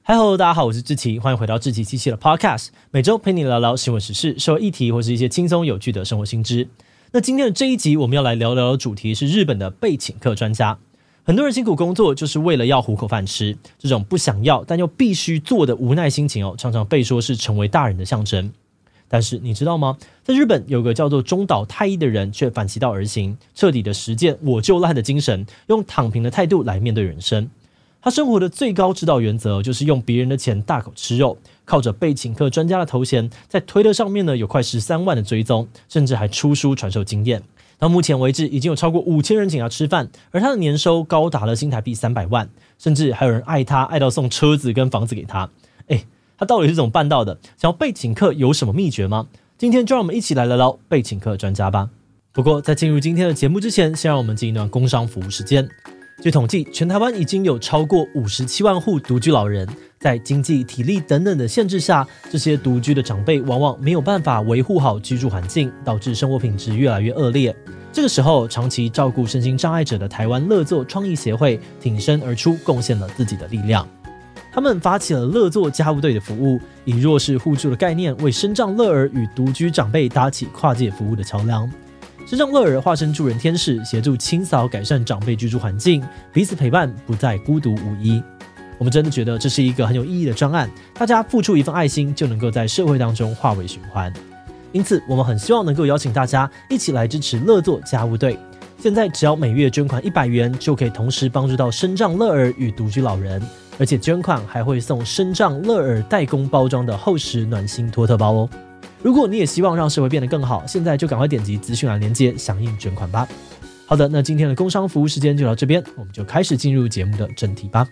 Hello， 大家好，我是志祺，欢迎回到志祺七七的 Podcast， 每周陪你聊聊新闻时事、社会议题或是一些轻松有趣的生活新知。那今天的这一集，我们要来聊聊的主题是日本的被请客专家。很多人辛苦工作就是为了要糊口饭吃，这种不想要但又必须做的无奈心情常常被说是成为大人的象征。但是你知道吗？在日本有个叫做中岛太一的人却反其道而行，彻底的实践我就烂的精神，用躺平的态度来面对人生。他生活的最高指导原则就是用别人的钱大口吃肉，靠着被请客专家的头衔，在推特上面呢有快13万的追踪，甚至还出书传授经验。到目前为止，已经有超过5000人请他吃饭，而他的年收高达了新台币300万，甚至还有人爱他爱到送车子跟房子给他。他到底是怎么办到的？想要被请客有什么秘诀吗？今天就让我们一起来聊聊被请客专家吧。不过在进入今天的节目之前，先让我们进一段工商服务时间。据统计，全台湾已经有超过57万户独居老人，在经济、体力等等的限制下，这些独居的长辈往往没有办法维护好居住环境，导致生活品质越来越恶劣。这个时候，长期照顾身心障碍者的台湾乐作创意协会挺身而出，贡献了自己的力量。他们发起了乐作家务队的服务，以弱势互助的概念，为身障乐儿与独居长辈搭起跨界服务的桥梁。身障乐儿化身助人天使，协助清扫改善长辈居住环境，彼此陪伴，不再孤独无依。我们真的觉得这是一个很有意义的专案，大家付出一份爱心，就能够在社会当中化为循环。因此，我们很希望能够邀请大家一起来支持乐作家务队。现在只要每月捐款100元，就可以同时帮助到身障乐儿与独居老人，而且捐款还会送身障乐儿代工包装的厚实暖心托特包哦。如果你也希望让社会变得更好，现在就赶快点击资讯栏连结响应捐款吧。好的，那今天的工商服务时间就到这边，我们就开始进入节目的正题吧。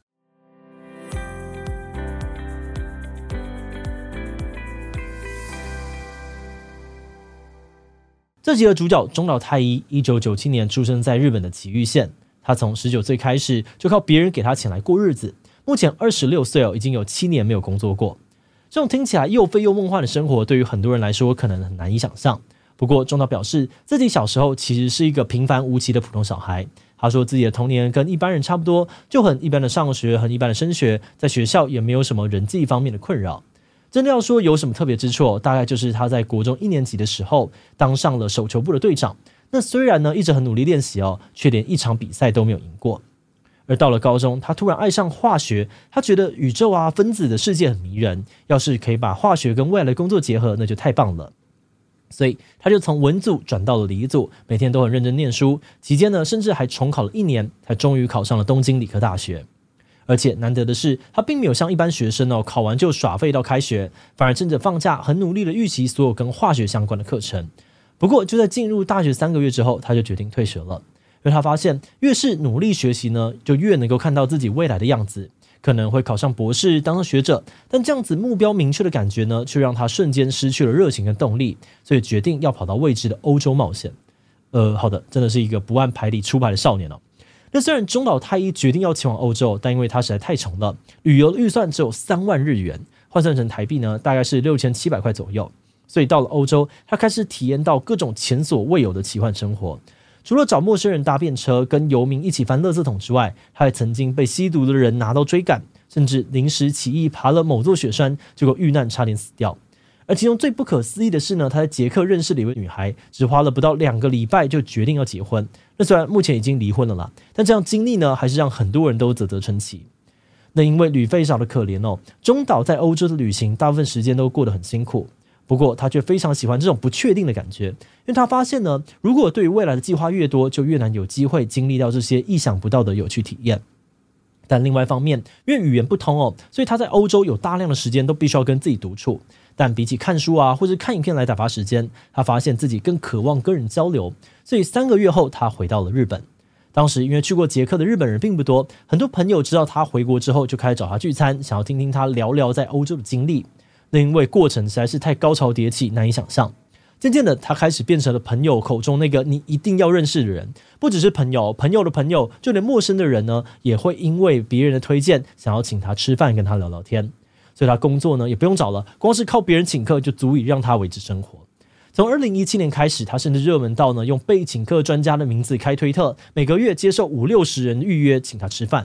这集的主角中岛太一，1997年出生在日本的埼玉县。他从19岁开始就靠别人给他钱来过日子，目前26岁已经有7年没有工作过。这种听起来又废又梦幻的生活，对于很多人来说可能很难以想象。不过中岛表示，自己小时候其实是一个平凡无奇的普通小孩。他说自己的童年跟一般人差不多，就很一般的上学，很一般的升学，在学校也没有什么人际方面的困扰。真的要说有什么特别之处，大概就是他在国中1年级的时候当上了手球部的队长。那虽然呢一直很努力练习却连一场比赛都没有赢过。而到了高中，他突然爱上化学，他觉得宇宙分子的世界很迷人，要是可以把化学跟未来的工作结合，那就太棒了。所以他就从文组转到了理组，每天都很认真念书，期间呢甚至还重考了1年，才终于考上了东京理科大学。而且难得的是，他并没有像一般学生考完就耍废到开学，反而趁着放假很努力的预习所有跟化学相关的课程。不过就在进入大学3个月之后，他就决定退学了。因为他发现越是努力学习呢，就越能够看到自己未来的样子，可能会考上博士当上学者，但这样子目标明确的感觉呢，却让他瞬间失去了热情跟动力，所以决定要跑到未知的欧洲冒险。好的，真的是一个不按牌理出牌的少年那虽然中岛太一决定要前往欧洲，但因为他实在太穷了，旅游的预算只有3万日元，换算成台币呢，大概是6700块左右。所以到了欧洲，他开始体验到各种前所未有的奇幻生活。除了找陌生人搭便车，跟游民一起翻垃圾桶之外，他还曾经被吸毒的人拿刀追赶，甚至临时起意爬了某座雪山，结果遇难差点死掉。而其中最不可思议的是呢，他在捷克认识了一位女孩，只花了不到2个礼拜就决定要结婚。那虽然目前已经离婚了啦，但这样经历呢，还是让很多人都啧啧称奇。那因为旅费少的可怜中岛在欧洲的旅行大部分时间都过得很辛苦。不过他却非常喜欢这种不确定的感觉，因为他发现呢，如果对于未来的计划越多，就越难有机会经历到这些意想不到的有趣体验。但另外一方面，因为语言不通所以他在欧洲有大量的时间都必须要跟自己独处。但比起看书或者看影片来打发时间，他发现自己更渴望跟人交流。所以3个月后，他回到了日本。当时因为去过捷克的日本人并不多，很多朋友知道他回国之后，就开始找他聚餐，想要听听他聊聊在欧洲的经历。那因为过程实在是太高潮迭起，难以想象。渐渐的，他开始变成了朋友口中那个你一定要认识的人。不只是朋友，朋友的朋友，就连陌生的人呢，也会因为别人的推荐，想要请他吃饭，跟他聊聊天。所以他工作呢也不用找了，光是靠别人请客就足以让他维持生活。从2017年开始，他甚至热门到呢用被请客专家的名字开推特，每个月接受50-60人的预约请他吃饭。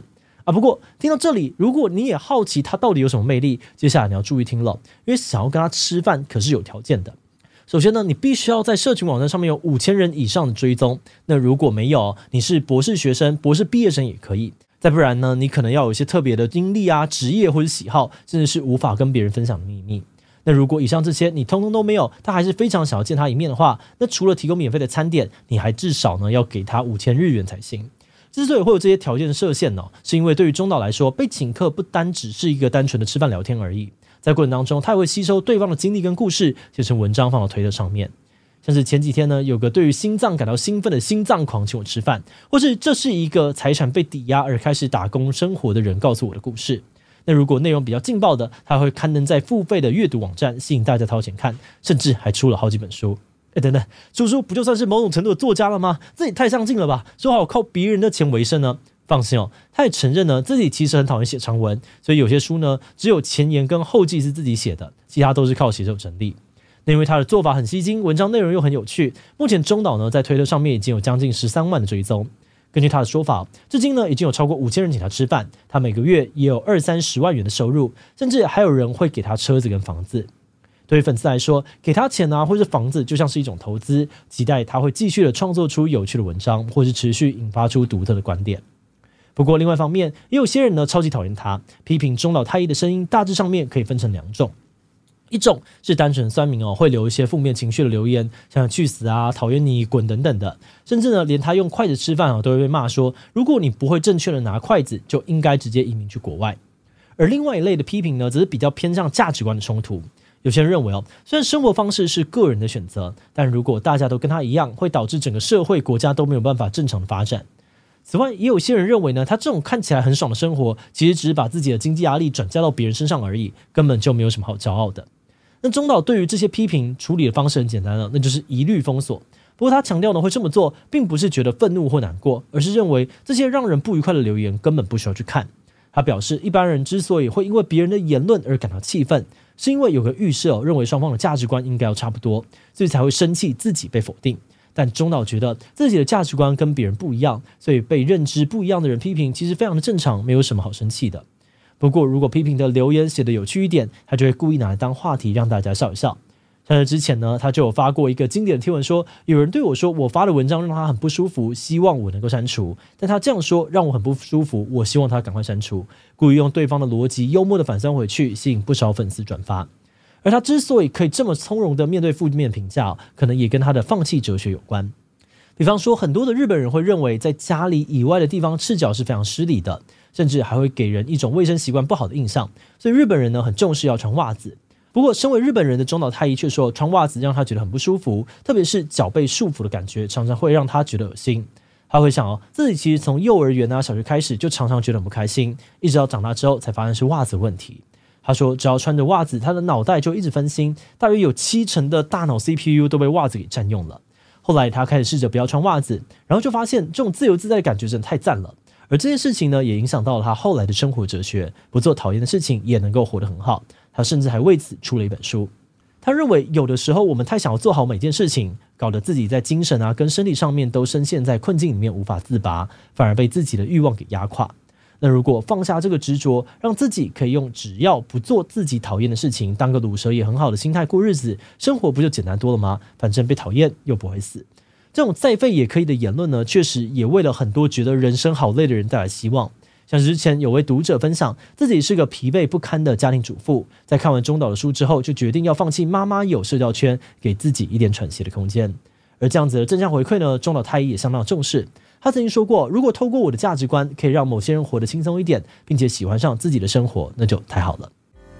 不过听到这里，如果你也好奇他到底有什么魅力，接下来你要注意听了，因为想要跟他吃饭可是有条件的。首先呢，你必须要在社群网站上面有5000人以上的追踪，那如果没有，你是博士学生、博士毕业生也可以。再不然呢，你可能要有一些特别的经历啊、职业或者喜好，甚至是无法跟别人分享的秘密。那如果以上这些你通通都没有，他还是非常想要见他一面的话，那除了提供免费的餐点，你还至少呢要给他5000日元才行。之所以会有这些条件设限呢，是因为对于中岛来说，被请客不单只是一个单纯的吃饭聊天而已，在过程当中，他也会吸收对方的经历跟故事，写成文章放到推特上面。像是前几天呢，有个对于心脏感到兴奋的心脏狂请我吃饭，或是这是一个财产被抵押而开始打工生活的人告诉我的故事。那如果内容比较劲爆的，他会刊登在付费的阅读网站，吸引大家掏钱看，甚至还出了好几本书。等等，叔叔不就算是某种程度的作家了吗？这也太上进了吧！说好靠别人的钱为生呢？放心哦，他也承认呢，自己其实很讨厌写长文，所以有些书呢，只有前言跟后记是自己写的，其他都是靠写手整理。那因为他的做法很吸睛，文章内容又很有趣，目前中岛呢在推特上面已经有将近13万的追踪。根据他的说法，至今呢已经有超过5000人请他吃饭，他每个月也有20-30万元的收入，甚至还有人会给他车子跟房子。对于粉丝来说，给他钱啊或是房子就像是一种投资，期待他会继续的创作出有趣的文章，或是持续引发出独特的观点。不过另外一方面，也有些人呢超级讨厌他，批评中岛太一的声音大致上面可以分成2种。一种是单纯酸民会留一些负面情绪的留言，像去死啊、讨厌你、滚等等的，甚至呢连他用筷子吃饭都会被骂说，如果你不会正确的拿筷子，就应该直接移民去国外。而另外一类的批评呢，则是比较偏向价值观的冲突。有些人认为虽然生活方式是个人的选择，但如果大家都跟他一样，会导致整个社会国家都没有办法正常的发展。此外，也有些人认为呢，他这种看起来很爽的生活，其实只是把自己的经济压力转嫁到别人身上而已，根本就没有什么好骄傲的。那中岛对于这些批评处理的方式很简单了，那就是一律封锁。不过他强调呢，会这么做并不是觉得愤怒或难过，而是认为这些让人不愉快的留言根本不需要去看。他表示，一般人之所以会因为别人的言论而感到气愤，是因为有个预设认为双方的价值观应该要差不多，所以才会生气自己被否定。但中岛觉得自己的价值观跟别人不一样，所以被认知不一样的人批评其实非常的正常，没有什么好生气的。不过如果批评的留言写得有趣一点，他就会故意拿来当话题让大家笑一笑。像是之前呢，他就有发过一个经典的贴文说，有人对我说我发的文章让他很不舒服，希望我能够删除，但他这样说让我很不舒服，我希望他赶快删除，故意用对方的逻辑幽默的反酸回去，吸引不少粉丝转发。而他之所以可以这么从容的面对负面评价，可能也跟他的放弃哲学有关。比方说，很多的日本人会认为在家里以外的地方赤脚是非常失礼的，甚至还会给人一种卫生习惯不好的印象，所以日本人呢很重视要穿袜子。不过身为日本人的中岛太一却说，穿袜子让他觉得很不舒服，特别是脚被束缚的感觉常常会让他觉得恶心。他会想自己其实从幼儿园小学开始就常常觉得很不开心，一直到长大之后才发现是袜子问题。他说只要穿着袜子，他的脑袋就一直分心，大约有70%的大脑 CPU 都被袜子给占用了。后来他开始试着不要穿袜子，然后就发现这种自由自在的感觉真的太赞了。而这件事情呢，也影响到了他后来的生活哲学，不做讨厌的事情也能够活得很好。他甚至还为此出了一本书。他认为有的时候我们太想要做好每件事情，搞得自己在精神跟身体上面都深陷在困境里面无法自拔，反而被自己的欲望给压垮。那如果放下这个执着，让自己可以用只要不做自己讨厌的事情，当个鲁蛇也很好的心态过日子，生活不就简单多了吗？反正被讨厌又不会死。这种再废也可以的言论呢，确实也为了很多觉得人生好累的人带来希望。像之前有位读者分享，自己是个疲惫不堪的家庭主妇，在看完中岛的书之后，就决定要放弃妈妈有社交圈，给自己一点喘息的空间。而这样子的正向回馈呢，中岛太一也相当重视。他曾经说过，如果透过我的价值观可以让某些人活得轻松一点，并且喜欢上自己的生活，那就太好了。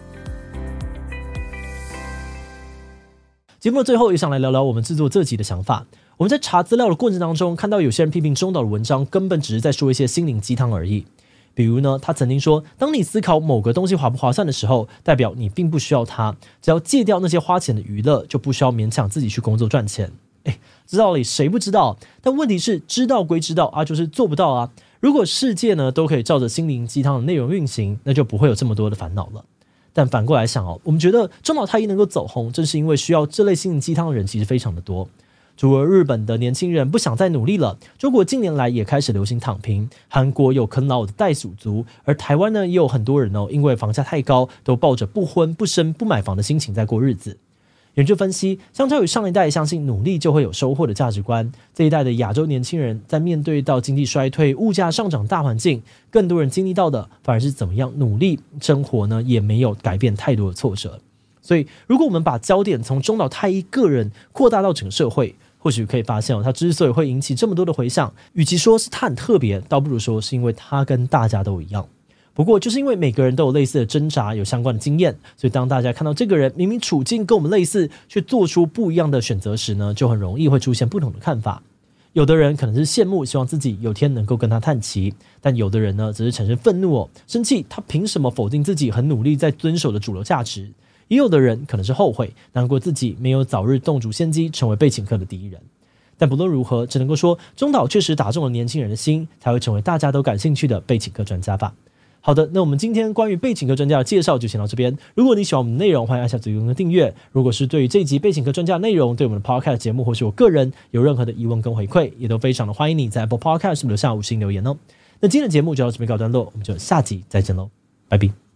节目的最后也想来聊聊我们制作这集的想法。我们在查资料的过程当中，看到有些人批评中岛的文章根本只是在说一些心灵鸡汤而已。比如呢，他曾经说，当你思考某个东西划不划算的时候，代表你并不需要它，只要戒掉那些花钱的娱乐，就不需要勉强自己去工作赚钱。知道理谁不知道？但问题是知道归知道就是做不到啊。如果世界呢都可以照着心灵鸡汤的内容运行，那就不会有这么多的烦恼了。但反过来想我们觉得中岛太一能够走红，正是因为需要这类心灵鸡汤的人其实非常的多。 除了日本的年轻人不想再努力了，中国近年来也开始流行躺平，韩国有啃老的袋鼠族，而台湾呢也有很多人因为房价太高，都抱着不婚不生不买房的心情在过日子。研究分析，相较于上一代相信努力就会有收获的价值观，这一代的亚洲年轻人在面对到经济衰退、物价上涨大环境，更多人经历到的反而是怎么样努力生活呢，也没有改变太多的挫折。所以如果我们把焦点从中岛太一个人扩大到整个社会，或许可以发现他之所以会引起这么多的回响，与其说是他很特别，倒不如说是因为他跟大家都一样。不过就是因为每个人都有类似的挣扎，有相关的经验，所以当大家看到这个人明明处境跟我们类似，却做出不一样的选择时呢，就很容易会出现不同的看法。有的人可能是羡慕，希望自己有天能够跟他看齐，但有的人呢，则是产生愤怒生气他凭什么否定自己很努力在遵守的主流价值。也有的人可能是后悔，难过自己没有早日洞烛先机，成为被请客的第一人。但不论如何，只能够说中岛确实打中了年轻人的心，才会成为大家都感兴趣的被请客专家吧。好的，那我们今天关于被请客专家的介绍就先到这边。如果你喜欢我们的内容，欢迎按下左右的订阅。如果是对于这一集被请客专家的内容，对我们的 Podcast 节目或是我个人有任何的疑问跟回馈，也都非常的欢迎你在 Apple Podcast 留下5星留言哦。那今天的节目就到这边告一段落，我们就下集再见喽，拜拜。